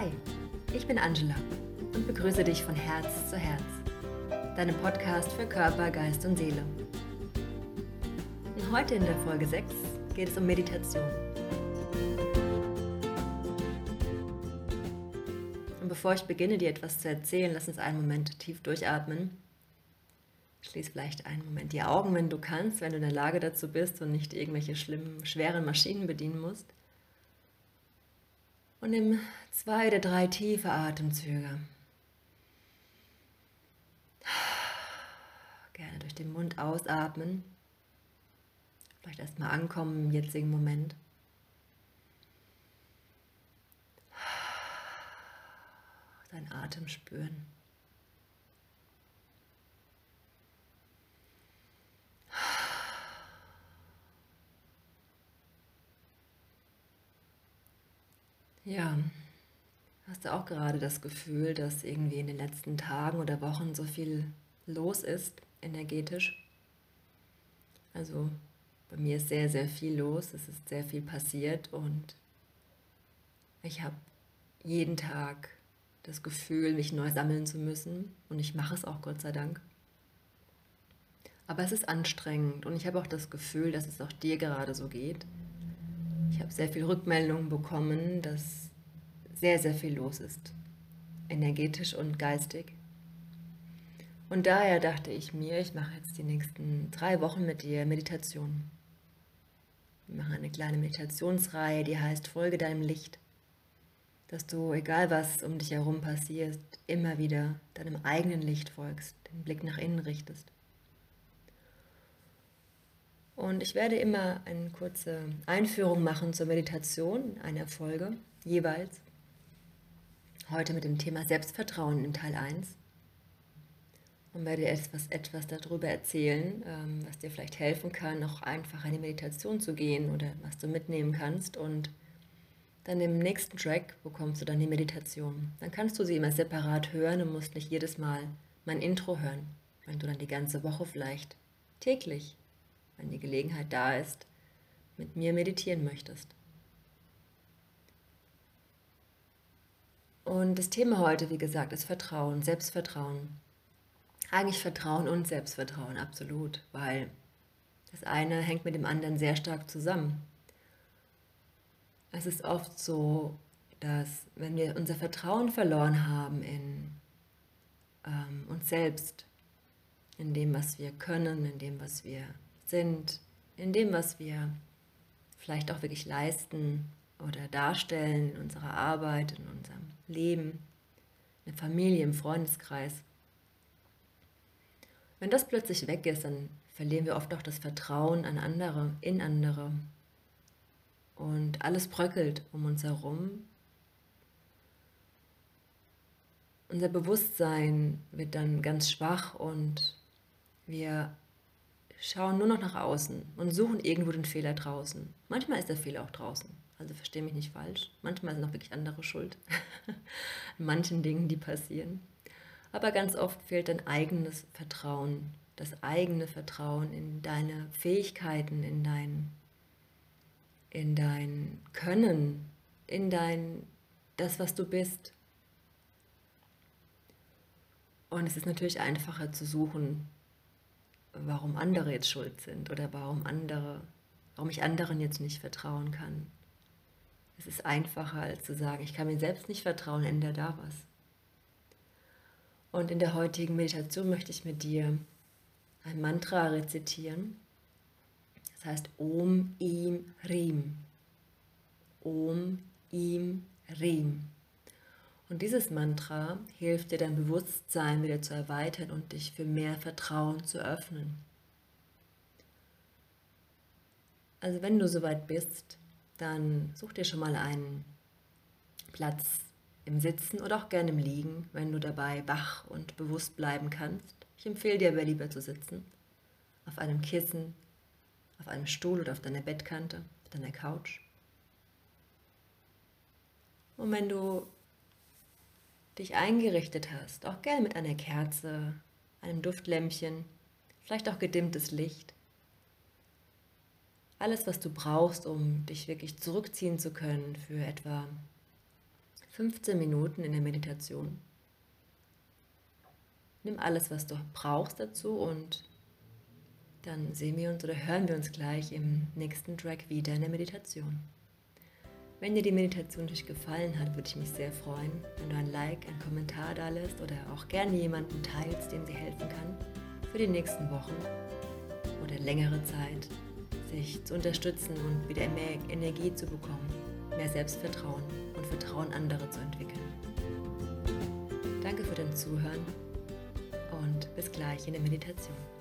Hi, ich bin Angela und begrüße dich von Herz zu Herz, deinem Podcast für Körper, Geist und Seele. Und heute in der Folge 6 geht es um Meditation. Und bevor ich beginne, dir etwas zu erzählen, lass uns einen Moment tief durchatmen. Schließ vielleicht einen Moment die Augen, wenn du kannst, wenn du in der Lage dazu bist und nicht irgendwelche schweren Maschinen bedienen musst. Und nimm 2 oder 3 tiefe Atemzüge. Gerne durch den Mund ausatmen. Vielleicht erstmal ankommen im jetzigen Moment. Deinen Atem spüren. Ja, hast du auch gerade das Gefühl, dass irgendwie in den letzten Tagen oder Wochen so viel los ist, energetisch? Also bei mir ist sehr, sehr viel los, es ist sehr viel passiert und ich habe jeden Tag das Gefühl, mich neu sammeln zu müssen und ich mache es auch, Gott sei Dank. Aber es ist anstrengend und ich habe auch das Gefühl, dass es auch dir gerade so geht. Ich habe sehr viel Rückmeldungen bekommen, dass sehr, sehr viel los ist, energetisch und geistig. Und daher dachte ich mir, ich mache jetzt die nächsten 3 Wochen mit dir Meditation. Wir machen eine kleine Meditationsreihe, die heißt Folge deinem Licht. Dass du, egal was um dich herum passiert, immer wieder deinem eigenen Licht folgst, den Blick nach innen richtest. Und ich werde immer eine kurze Einführung machen zur Meditation, einer Folge jeweils. Heute mit dem Thema Selbstvertrauen in Teil 1. Und werde etwas darüber erzählen, was dir vielleicht helfen kann, auch einfach in die Meditation zu gehen oder was du mitnehmen kannst. Und dann im nächsten Track bekommst du dann die Meditation. Dann kannst du sie immer separat hören und musst nicht jedes Mal mein Intro hören, wenn du dann die ganze Woche vielleicht täglich, wenn die Gelegenheit da ist, mit mir meditieren möchtest. Und das Thema heute, wie gesagt, ist Vertrauen, Selbstvertrauen. Eigentlich Vertrauen und Selbstvertrauen, absolut, weil das eine hängt mit dem anderen sehr stark zusammen. Es ist oft so, dass wenn wir unser Vertrauen verloren haben in uns selbst, in dem, was wir können, in dem, was wir sind, in dem, was wir vielleicht auch wirklich leisten oder darstellen in unserer Arbeit, in unserem Leben, in der Familie, im Freundeskreis. Wenn das plötzlich weg ist, dann verlieren wir oft auch das Vertrauen an andere, in andere. Und alles bröckelt um uns herum. Unser Bewusstsein wird dann ganz schwach und wir schauen nur noch nach außen und suchen irgendwo den Fehler draußen. Manchmal ist der Fehler auch draußen, also verstehe mich nicht falsch. Manchmal sind auch wirklich andere schuld an manchen Dingen, die passieren. Aber ganz oft fehlt dein eigenes Vertrauen, das eigene Vertrauen in deine Fähigkeiten, in dein Können, in das, was du bist. Und es ist natürlich einfacher zu suchen, warum andere jetzt schuld sind oder warum ich anderen jetzt nicht vertrauen kann. Es ist einfacher, als zu sagen, ich kann mir selbst nicht vertrauen, ändert da was. Und in der heutigen Meditation möchte ich mit dir ein Mantra rezitieren. Das heißt Om Im Rim. Om Im Rim. Und dieses Mantra hilft dir, dein Bewusstsein wieder zu erweitern und dich für mehr Vertrauen zu öffnen. Also wenn du soweit bist, dann such dir schon mal einen Platz im Sitzen oder auch gerne im Liegen, wenn du dabei wach und bewusst bleiben kannst. Ich empfehle dir aber lieber zu sitzen, auf einem Kissen, auf einem Stuhl oder auf deiner Bettkante, auf deiner Couch. Und wenn du dich eingerichtet hast, auch gerne mit einer Kerze, einem Duftlämpchen, vielleicht auch gedimmtes Licht. Alles, was du brauchst, um dich wirklich zurückziehen zu können für etwa 15 Minuten in der Meditation. Nimm alles, was du brauchst dazu und dann sehen wir uns oder hören wir uns gleich im nächsten Track wieder in der Meditation. Wenn dir die Meditation dich gefallen hat, würde ich mich sehr freuen, wenn du ein Like, einen Kommentar da lässt oder auch gerne jemanden teilst, dem sie helfen kann, für die nächsten Wochen oder längere Zeit sich zu unterstützen und wieder mehr Energie zu bekommen, mehr Selbstvertrauen und Vertrauen andere zu entwickeln. Danke für dein Zuhören und bis gleich in der Meditation.